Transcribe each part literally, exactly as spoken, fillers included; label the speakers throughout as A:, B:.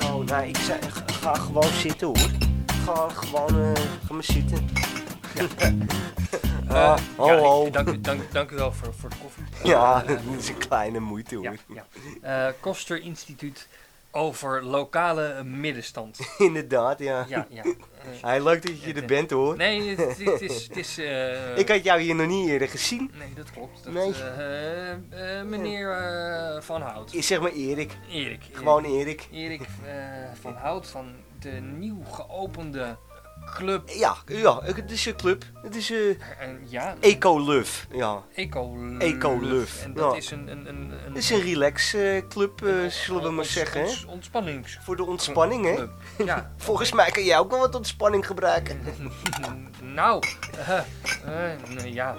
A: Oh, nou, ik zei, ga, ga gewoon zitten hoor. Ga gewoon, uh, ga maar zitten.
B: Ja.
A: uh, hallo.
B: Ja, ik, dank, u, dank, dank u wel voor, voor de koffie.
A: Ja,
B: uh,
A: dat is een kleine moeite hoor.
B: Ja, ja. Uh, Koster Instituut over lokale middenstand.
A: Inderdaad, ja.
B: Ja, ja. Uh,
A: Hey, leuk dat je er bent hoor.
B: Nee, het, het is... Het is uh,
A: ik had jou hier nog niet eerder gezien.
B: Nee, dat klopt. Dat,
A: nee.
B: Uh, uh, meneer uh, Van Hout.
A: Ik zeg maar Erik.
B: Erik.
A: Gewoon Erik.
B: Erik uh, Van Hout van de nieuw geopende club.
A: Ja, ja, het is een club. Het is een uh,
B: ja,
A: Ecoluf. Ja.
B: Ecoluf.
A: Ecoluf.
B: En dat
A: ja.
B: is een... een, een, een
A: het is een relax uh, club, uh, zullen we maar
B: ons,
A: zeggen.
B: Ons, ontspannings.
A: Voor de ontspanning, hè?
B: Ja.
A: Volgens mij kan jij ook wel wat ontspanning gebruiken.
B: nou, uh, uh, ja.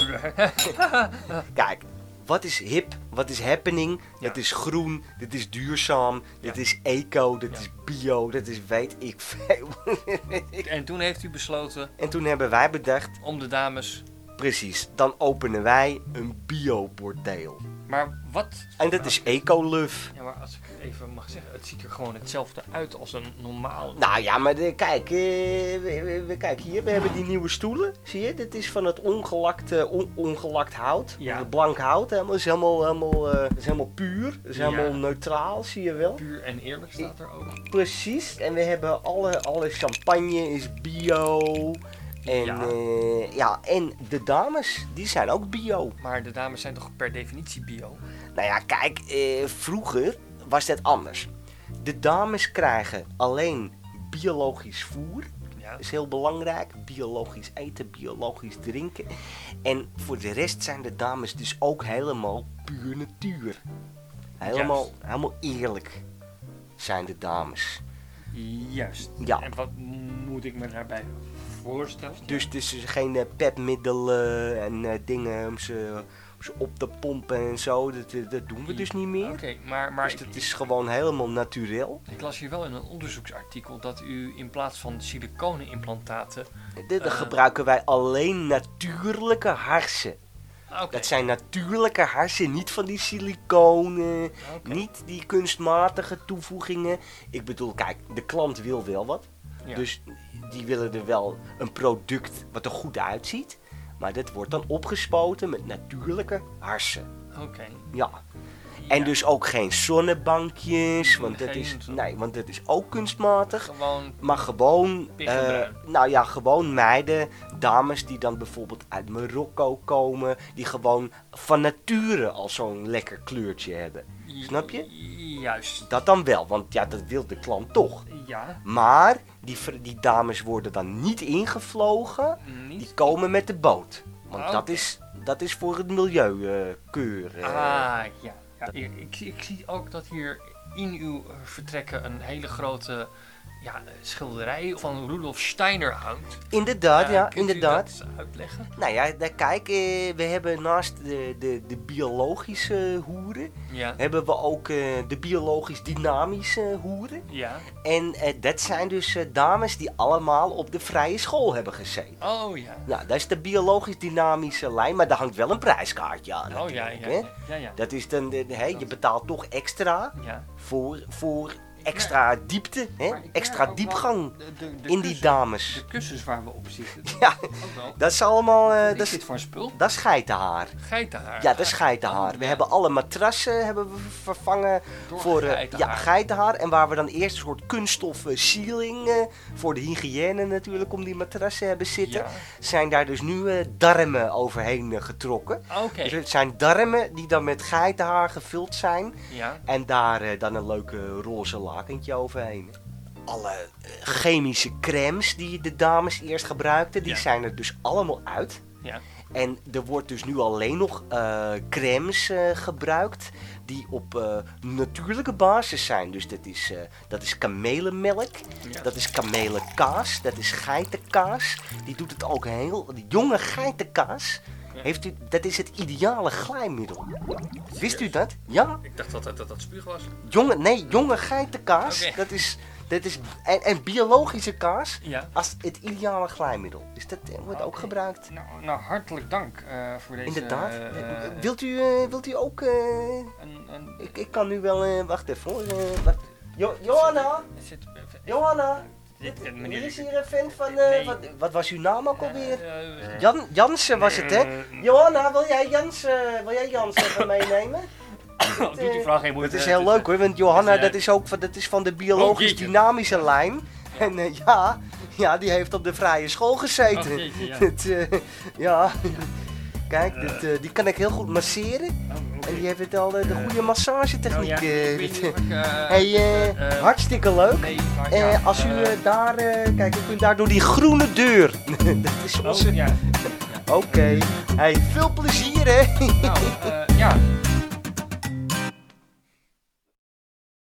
A: Kijk. Wat is hip? Wat is happening?
B: Ja.
A: Dat is groen, dit is duurzaam, dit ja. is eco, dit ja. is bio, dat is weet ik veel.
B: En toen heeft u besloten...
A: En toen hebben wij bedacht...
B: Om de dames...
A: Precies, dan openen wij een bio-bordeel.
B: Maar wat...
A: En dat is Ecoluf.
B: Ja, maar als ik het even mag zeggen, het ziet er gewoon hetzelfde uit als een normaal...
A: Nou ja, maar de, kijk, uh, we, we, we, kijk hier, we hebben die nieuwe stoelen, zie je? Dit is van het ongelakt, uh, on, ongelakt hout,
B: ja.
A: blank hout, helemaal, is helemaal, helemaal, uh, is helemaal puur, is helemaal ja. neutraal, zie je wel?
B: Puur en eerlijk staat er ook.
A: Precies, en we hebben alle, alle champagne is bio... En, ja. Uh, ja, en de dames, die zijn ook bio.
B: Maar de dames zijn toch per definitie bio?
A: Nou ja, kijk, uh, vroeger was dat anders. De dames krijgen alleen biologisch voer.
B: Ja.
A: Dat is heel belangrijk. Biologisch eten, biologisch drinken. En voor de rest zijn de dames dus ook helemaal puur natuur. Helemaal, helemaal eerlijk zijn de dames.
B: Juist.
A: Ja.
B: En wat moet ik me daarbij voorstellen?
A: Dus het is geen uh, petmiddelen en uh, dingen om ze, om ze op te pompen en zo. Dat, dat doen we dus niet meer.
B: Oké, okay, maar, maar...
A: Dus het is gewoon helemaal natuurlijk.
B: Ik las hier wel in een onderzoeksartikel dat u in plaats van siliconenimplantaten...
A: Dan uh, gebruiken wij alleen natuurlijke harsen.
B: Okay.
A: Dat zijn natuurlijke harsen, niet van die siliconen, okay. niet die kunstmatige toevoegingen. Ik bedoel, kijk, de klant wil wel wat. Ja. Dus die willen er wel een product wat er goed uitziet. Maar dat wordt dan opgespoten met natuurlijke harsen.
B: Oké. Okay.
A: Ja. En ja. dus ook geen zonnebankjes, want geen dat is, nee, want dat is ook kunstmatig.
B: Gewoon
A: maar gewoon, uh, nou ja, gewoon meiden, dames die dan bijvoorbeeld uit Marokko komen, die gewoon van nature al zo'n lekker kleurtje hebben. Snap je?
B: Juist.
A: Dat dan wel, want ja, dat wil de klant toch.
B: Ja.
A: Maar die, die dames worden dan niet ingevlogen, niet? Die komen met de boot. Want okay. dat, is, dat is voor het milieukeur. Uh,
B: ah, ja. Ja, ik, ik, ik zie ook dat hier in uw vertrekken een hele grote ja, schilderij van Rudolf Steiner hangt.
A: Inderdaad, uh, ja,
B: kunt
A: inderdaad.
B: U dat uitleggen?
A: Nou ja, daar, kijk, uh, we hebben naast de, de, de biologische hoeren,
B: ja. hebben
A: we ook uh, de biologisch dynamische hoeren.
B: Ja.
A: En uh, dat zijn dus uh, dames die allemaal op de vrije school hebben gezeten.
B: Oh ja.
A: Nou, dat is de biologisch dynamische lijn, maar daar hangt wel een prijskaartje aan.
B: Oh ja, ja, ja, ja, ja.
A: Dat is dan, de, hey, je betaalt toch extra
B: ja.
A: voor... voor extra diepte, hè? extra diepgang
B: de, de, de
A: in
B: kussen,
A: die dames.
B: De kussens waar we op zitten.
A: Ja, dat is allemaal... Uh,
B: dat is voor spul?
A: Dat is geitenhaar.
B: Geitenhaar?
A: Ja, dat is geitenhaar. We hebben alle matrassen hebben we vervangen
B: Door
A: voor uh,
B: geitenhaar.
A: Ja, geitenhaar. En waar we dan eerst een soort kunststof uh, sealing, uh, voor de hygiëne natuurlijk, om die matrassen hebben zitten,
B: ja.
A: zijn daar dus nu uh, darmen overheen uh, getrokken.
B: Okay.
A: Dus het zijn darmen die dan met geitenhaar gevuld zijn.
B: Ja.
A: En daar uh, dan een leuke roze lakentje overheen. Alle uh, chemische crèmes die de dames eerst gebruikten, die ja. zijn er dus allemaal uit.
B: Ja.
A: En er wordt dus nu alleen nog uh, crèmes uh, gebruikt die op uh, natuurlijke basis zijn. Dus dat is, uh, dat is kamelenmelk, ja. dat is kamelenkaas, dat is geitenkaas. Die doet het ook heel... Die jonge geitenkaas, ja. heeft u, dat is het ideale glijmiddel. Wist u dat? Ja?
B: Ik dacht dat dat, dat, dat spuug was.
A: Jonge, nee, jonge geitenkaas, okay. dat is... Dat is, en, en biologische kaas
B: ja.
A: als het ideale glijmiddel. Dus dat uh, wordt okay. ook gebruikt.
B: Nou, nou hartelijk dank uh, voor deze...
A: Inderdaad.
B: Uh, uh,
A: wilt, u, uh, wilt u ook... Uh,
B: een, een...
A: Ik, ik kan nu wel... Uh, wacht even hoor. Uh, wacht. Jo Johanna?
B: Zit, uh,
A: Johanna?
B: Dit, uh,
A: Wie is hier een fan van... Uh,
B: nee.
A: wat, wat was uw naam ook alweer?
B: Uh,
A: Jan, Jansen was het, hè? Johanna, wil jij Jansen, wil jij Jansen even meenemen?
B: Doe die vraag geen moeite.
A: Het is heel leuk hoor, want Johanna dat is ook van, dat is van de biologisch dynamische lijn. En uh, ja, ja, die heeft op de vrije school gezeten.
B: Oh, jeetje, ja.
A: Het, uh, ja. Kijk, dit, uh, die kan ik heel goed masseren.
B: Oh, okay.
A: En die heeft het al uh, de goede massagetechniek.
B: Nou, ja,
A: uh,
B: ik weet
A: dit,
B: niet of ik, uh,
A: hey, uh,
B: uh,
A: hartstikke leuk.
B: Nee, maar
A: Uh,
B: ja,
A: als u
B: uh,
A: uh, daar, uh, kijk, u kunt daar door die groene deur. Dat is onze...
B: Oh, ja.
A: Oké. Okay. Hey, veel plezier hè.
B: Nou, uh, ja.